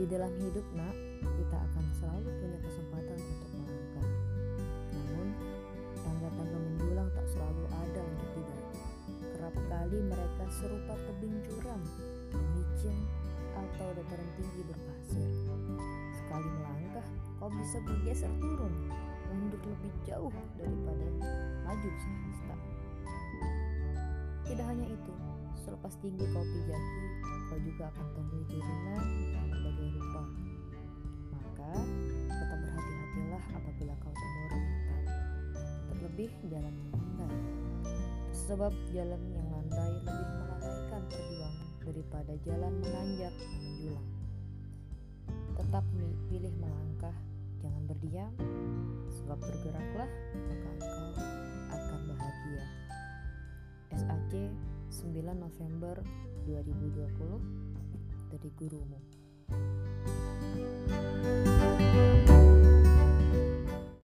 dalam hidup, nak, kita akan selalu punya kesempatan untuk melangkah. Namun, tangga-tangga menjulang tak selalu ada untuk didaki. Kerap kali mereka serupa tebing curam, licin, atau dataran tinggi berpasir. Sekali melangkah, kau bisa bergeser turun, mundur lebih jauh daripada maju sehasta. Tidak hanya itu, selepas tinggi kau pijaki, kau juga akan temui turunan dengan berbagai rupa. Maka, tetap berhati-hatilah apabila kau temui rintangan, terlebih jalan yang landai. Sebab jalan yang landai lebih melalaikan perjuangan daripada jalan menanjak dan menjulang. Tetap pilih melangkah, jangan berdiam, sebab bergeraklah, maka engkau akan bahagia. SAC 9 November 2020 dari gurumu.